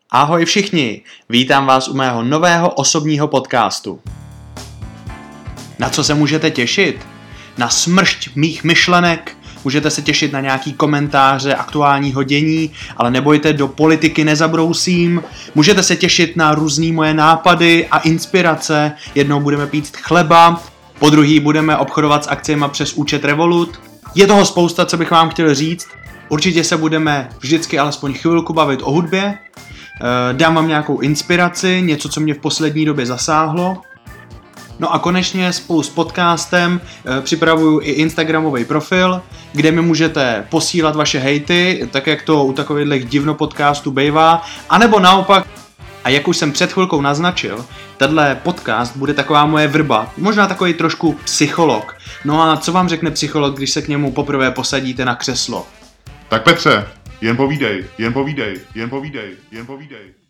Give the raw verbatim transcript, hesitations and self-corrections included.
Ahoj všichni, vítám vás u mého nového osobního podcastu. Na co se můžete těšit? Na smršť mých myšlenek, můžete se těšit na nějaký komentáře aktuálního dění, ale nebojte, do politiky nezabrousím. Můžete se těšit na různý moje nápady a inspirace, jednou budeme pít chleba, po druhý budeme obchodovat s akciemi přes účet Revolut. Je toho spousta, co bych vám chtěl říct. Určitě se budeme vždycky alespoň chvilku bavit o hudbě. Dám vám nějakou inspiraci, něco, co mě v poslední době zasáhlo. No a konečně spolu s podcastem připravuju i instagramový profil, kde mi můžete posílat vaše hejty, tak jak to u takových divno podcastů bývá, anebo naopak, a jak už jsem před chvilkou naznačil, tenhle podcast bude taková moje vrba, možná takový trošku psycholog. No a co vám řekne psycholog, když se k němu poprvé posadíte na křeslo? Tak Petře, jen povídej, jen povídej, jen povídej, jen povídej.